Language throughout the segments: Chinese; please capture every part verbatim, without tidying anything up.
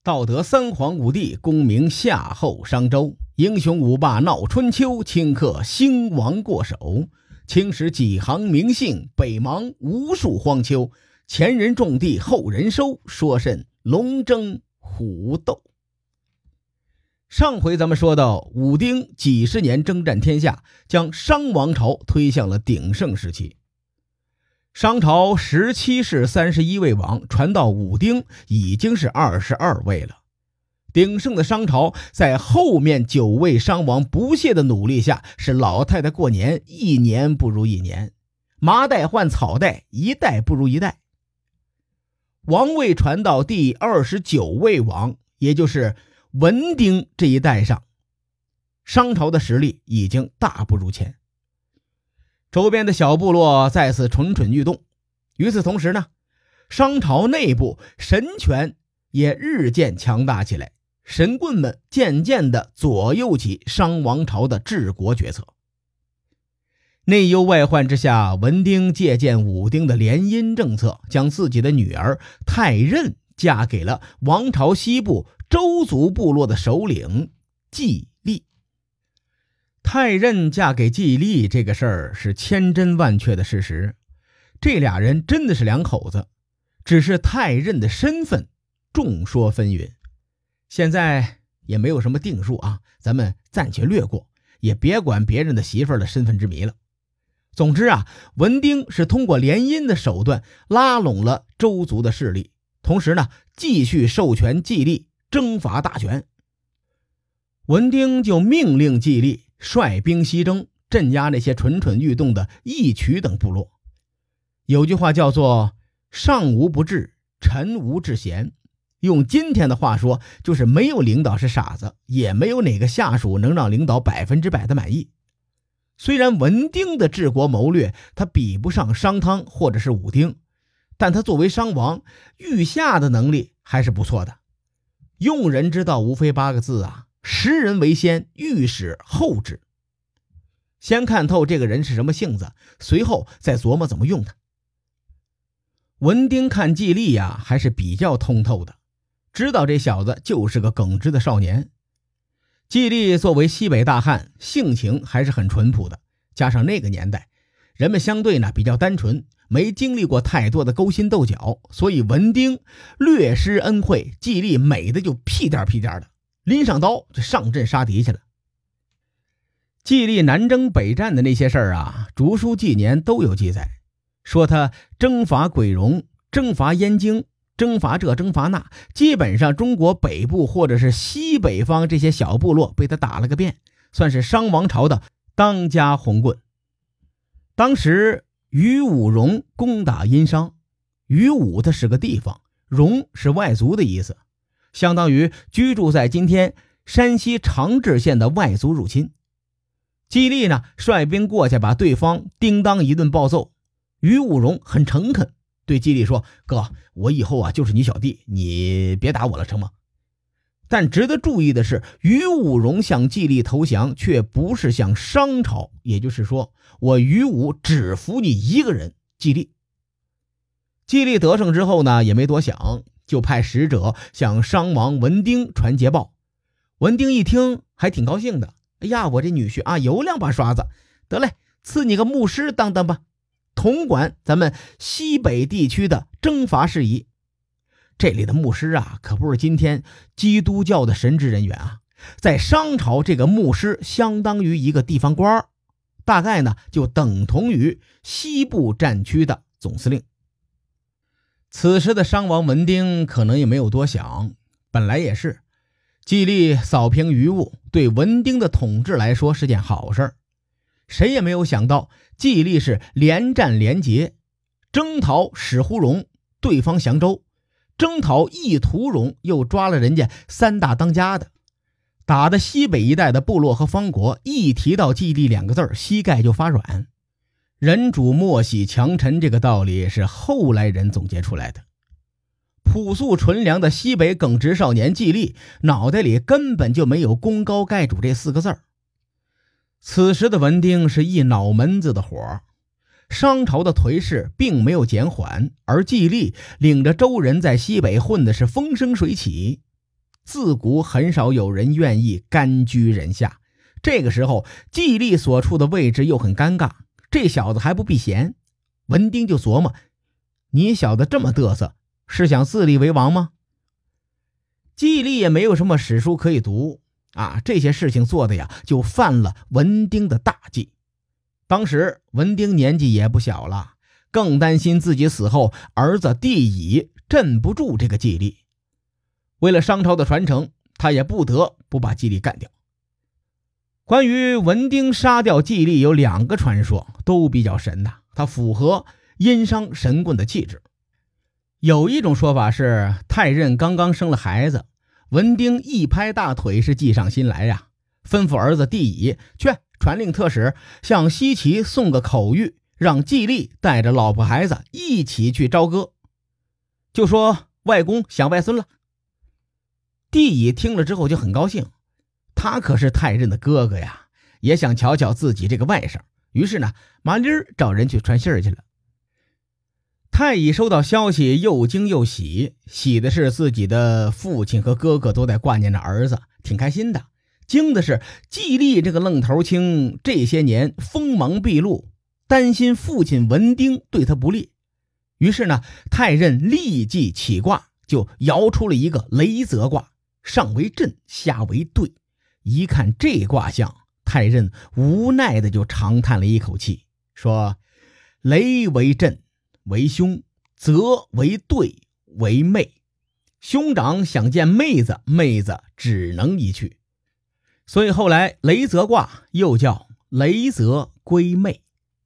道德三皇五帝，功名夏后商周，英雄五霸闹春秋，顷刻兴亡过手。青史几行名姓，北邙无数荒丘。前人种地，后人收，说甚龙争虎斗。上回咱们说到，武丁几十年征战天下，将商王朝推向了鼎盛时期。商朝十七世三十一位王，传到武丁已经是二十二位了。鼎盛的商朝在后面九位商王不懈的努力下，是老太太过年，一年不如一年，麻袋换草袋，一代不如一代。王位传到第二十九位王，也就是文丁这一代上，商朝的实力已经大不如前。周边的小部落再次蠢蠢欲动。与此同时呢，商朝内部神权也日渐强大起来，神棍们渐渐地左右起商王朝的治国决策。内忧外患之下，文丁借鉴武丁的联姻政策，将自己的女儿太任嫁给了王朝西部周族部落的首领季历。太任嫁给季历这个事儿是千真万确的事实，这俩人真的是两口子，只是太任的身份众说纷纭，现在也没有什么定数啊，咱们暂且略过，也别管别人的媳妇儿的身份之谜了。总之啊，文丁是通过联姻的手段拉拢了周族的势力，同时呢，继续授权季历征伐大权。文丁就命令季历率兵西征，镇压那些蠢蠢欲动的义渠等部落。有句话叫做上无不治，臣无治贤，用今天的话说，就是没有领导是傻子，也没有哪个下属能让领导百分之百的满意。虽然文丁的治国谋略他比不上商汤或者是武丁，但他作为商王，御下的能力还是不错的。用人之道无非八个字啊，识人为先，御史后治。先看透这个人是什么性子，随后再琢磨怎么用他。文丁看季历呀，还是比较通透的，知道这小子就是个耿直的少年。季历作为西北大汉，性情还是很淳朴的，加上那个年代人们相对呢比较单纯，没经历过太多的勾心斗角，所以文丁略施恩惠，季历美的就屁颠屁颠的，拎上刀就上阵杀敌去了。季历南征北战的那些事儿啊，竹书纪年都有记载，说他征伐鬼戎，征伐燕京，征伐这征伐那，基本上中国北部或者是西北方这些小部落被他打了个遍，算是商王朝的当家红棍。当时于武戎攻打殷商，于武它是个地方，戎是外族的意思，相当于居住在今天山西长治县的外族入侵。季历呢率兵过去，把对方叮当一顿暴揍。于武戎很诚恳，对季历说：哥，我以后啊就是你小弟，你别打我了成吗？但值得注意的是，于武戎向季历投降，却不是向商朝，也就是说，我于武只服你一个人，季历。季历得胜之后呢，也没多想，就派使者向商王文丁传捷报。文丁一听还挺高兴的，哎呀，我这女婿啊有两把刷子，得嘞，赐你个牧师当当吧，统管咱们西北地区的征伐事宜。这里的牧师啊，可不是今天基督教的神职人员啊，在商朝这个牧师相当于一个地方官，大概呢就等同于西部战区的总司令。此时的商王文丁可能也没有多想，本来也是季历扫平余物，对文丁的统治来说是件好事，谁也没有想到季历是连战连捷，征讨史呼荣，对方降州，征讨义屠荣，又抓了人家三大当家的，打的西北一带的部落和方国一提到季历两个字，膝盖就发软。人主莫喜强臣这个道理是后来人总结出来的。朴素纯良的西北耿直少年季历，脑袋里根本就没有功高盖主这四个字儿。此时的文丁是一脑门子的火，商朝的颓势并没有减缓，而季历领着周人在西北混的是风生水起。 自古很少有人愿意甘居人下。这个时候季历所处的位置又很尴尬，这小子还不避嫌。文丁就琢磨，你小子这么嘚瑟，是想自立为王吗？季历也没有什么史书可以读啊，这些事情做的呀，就犯了文丁的大忌。当时文丁年纪也不小了，更担心自己死后儿子帝乙镇不住这个季历。为了商朝的传承，他也不得不把季历干掉。关于文丁杀掉季历有两个传说，都比较神的，它符合殷商神棍的气质。有一种说法是太任刚刚生了孩子，文丁一拍大腿是计上心来呀，吩咐儿子帝乙去传令特使向西岐送个口谕，让季历带着老婆孩子一起去朝歌，就说外公想外孙了。帝乙听了之后就很高兴，他可是太任的哥哥呀，也想瞧瞧自己这个外甥，于是呢麻利儿找人去传信儿去了。太乙收到消息又惊又喜，喜的是自己的父亲和哥哥都在挂念着儿子，挺开心的。惊的是季历这个愣头青这些年锋芒毕露，担心父亲文丁对他不利。于是呢太任立即起卦，就摇出了一个雷泽卦，上为震，下为兑。一看这卦象，太任无奈的就长叹了一口气，说雷为震为凶，泽为兑为昧，兄长想见妹子，妹子只能一去。所以后来雷泽卦又叫雷泽归昧。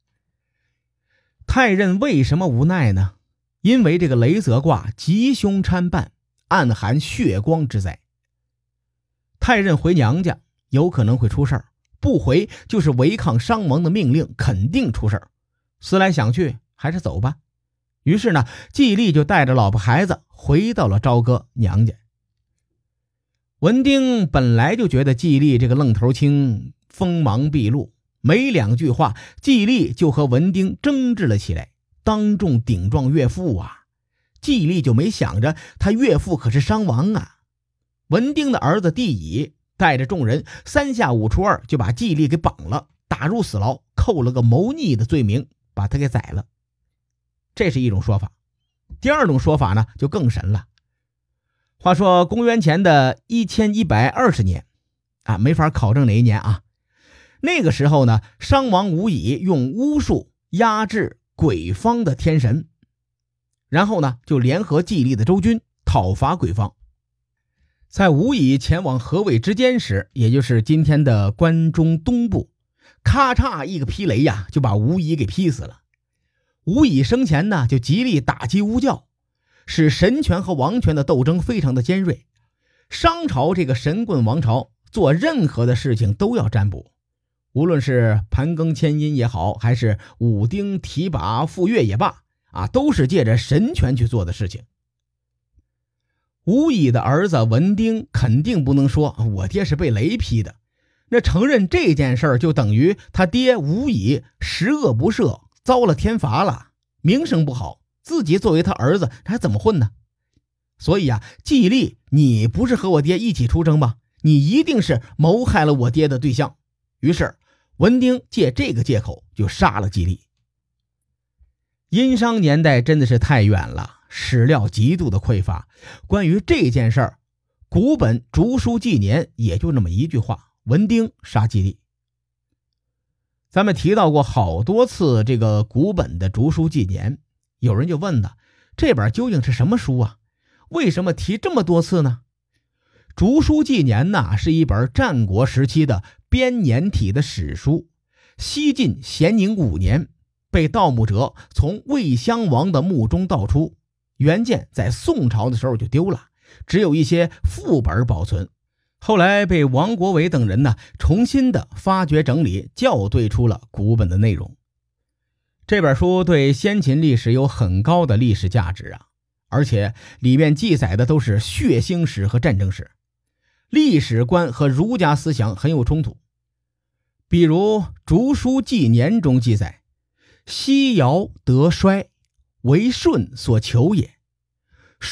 太任为什么无奈呢？因为这个雷泽卦吉凶参半，暗含血光之灾。太任回娘家有可能会出事儿，不回就是违抗商王的命令，肯定出事儿。思来想去，还是走吧。于是呢季历就带着老婆孩子回到了朝歌娘家。文丁本来就觉得季历这个愣头青锋芒毕露，没两句话季历就和文丁争执了起来，当众顶撞岳父啊。季历就没想着他岳父可是商王啊。文丁的儿子帝乙带着众人三下五除二就把季历给绑了，打入死牢，扣了个谋逆的罪名，把他给宰了。这是一种说法。第二种说法呢就更神了。话说公元前的一千一百二十年啊，没法考证哪一年啊。那个时候呢，商王无以用巫术压制鬼方的天神，然后呢就联合季历的周军讨伐鬼方。在无以前往河尾之间时，也就是今天的关中东部，咔嚓一个劈雷呀，就把无以给劈死了。无以生前呢就极力打击巫教，使神权和王权的斗争非常的尖锐。商朝这个神棍王朝做任何的事情都要占卜，无论是盘庚迁殷也好，还是武丁提拔傅说也罢啊，都是借着神权去做的事情。无以的儿子文丁肯定不能说我爹是被雷劈的，那承认这件事儿就等于他爹无以十恶不赦，遭了天罚了，名声不好，自己作为他儿子还怎么混呢？所以啊，季历你不是和我爹一起出征吗？你一定是谋害了我爹的对象。于是文丁借这个借口就杀了季历。殷商年代真的是太远了，史料极度的匮乏，关于这件事儿，古本竹书纪年也就那么一句话：文丁杀季历。咱们提到过好多次这个古本的竹书纪年，有人就问了，这本究竟是什么书啊？为什么提这么多次呢？竹书纪年呢，是一本战国时期的编年体的史书，西晋咸宁五年被盗墓者从魏襄王的墓中盗出，原件在宋朝的时候就丢了，只有一些副本保存。后来被王国维等人呢重新的发掘整理，校对出了古本的内容。这本书对先秦历史有很高的历史价值啊，而且里面记载的都是血腥史和战争史，历史观和儒家思想很有冲突。比如竹书纪年中记载，西尧得衰，为舜所求也。舜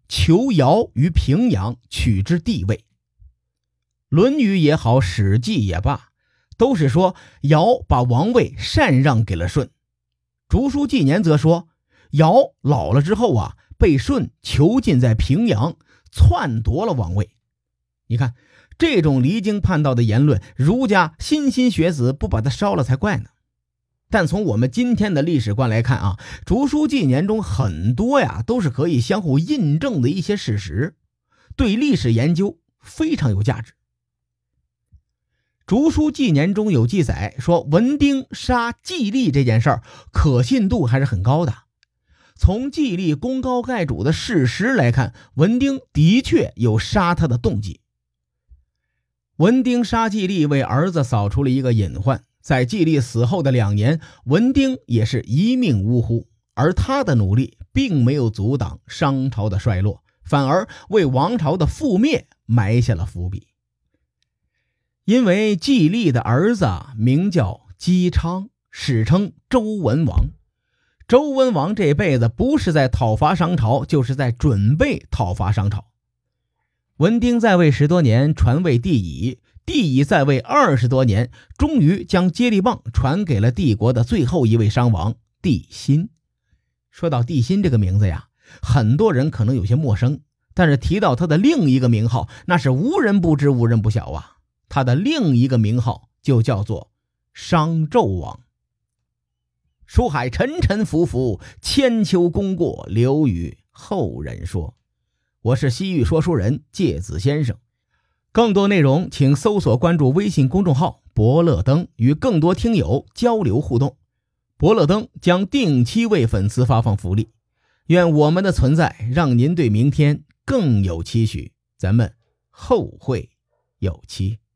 求尧于平阳，取之帝位。论语也好，史记也罢，都是说尧把王位禅让给了舜。竹书纪年则说，尧老了之后啊，被舜囚禁在平阳，篡夺了王位。你看这种离经叛道的言论，儒家莘莘学子不把它烧了才怪呢。但从我们今天的历史观来看啊，竹书纪年中很多呀都是可以相互印证的一些事实，对历史研究非常有价值。竹书纪年中有记载说，文丁杀季历这件事儿可信度还是很高的。从季历功高盖主的事实来看，文丁的确有杀他的动机。文丁杀季历为儿子扫除了一个隐患，在季历死后的两年，文丁也是一命呜呼，而他的努力并没有阻挡商朝的衰落，反而为王朝的覆灭埋下了伏笔。因为季历的儿子名叫姬昌，史称周文王。周文王这辈子不是在讨伐商朝，就是在准备讨伐商朝。文丁在位十多年，传位帝乙，帝乙在位二十多年，终于将接力棒传给了帝国的最后一位商王帝辛。说到帝辛这个名字呀，很多人可能有些陌生，但是提到他的另一个名号，那是无人不知无人不晓啊。他的另一个名号就叫做商纣王。书海沉沉浮浮，千秋功过留与后人说。我是西域说书人介子先生，更多内容请搜索关注微信公众号伯乐灯，与更多听友交流互动。伯乐灯将定期为粉丝发放福利，愿我们的存在让您对明天更有期许，咱们后会有期。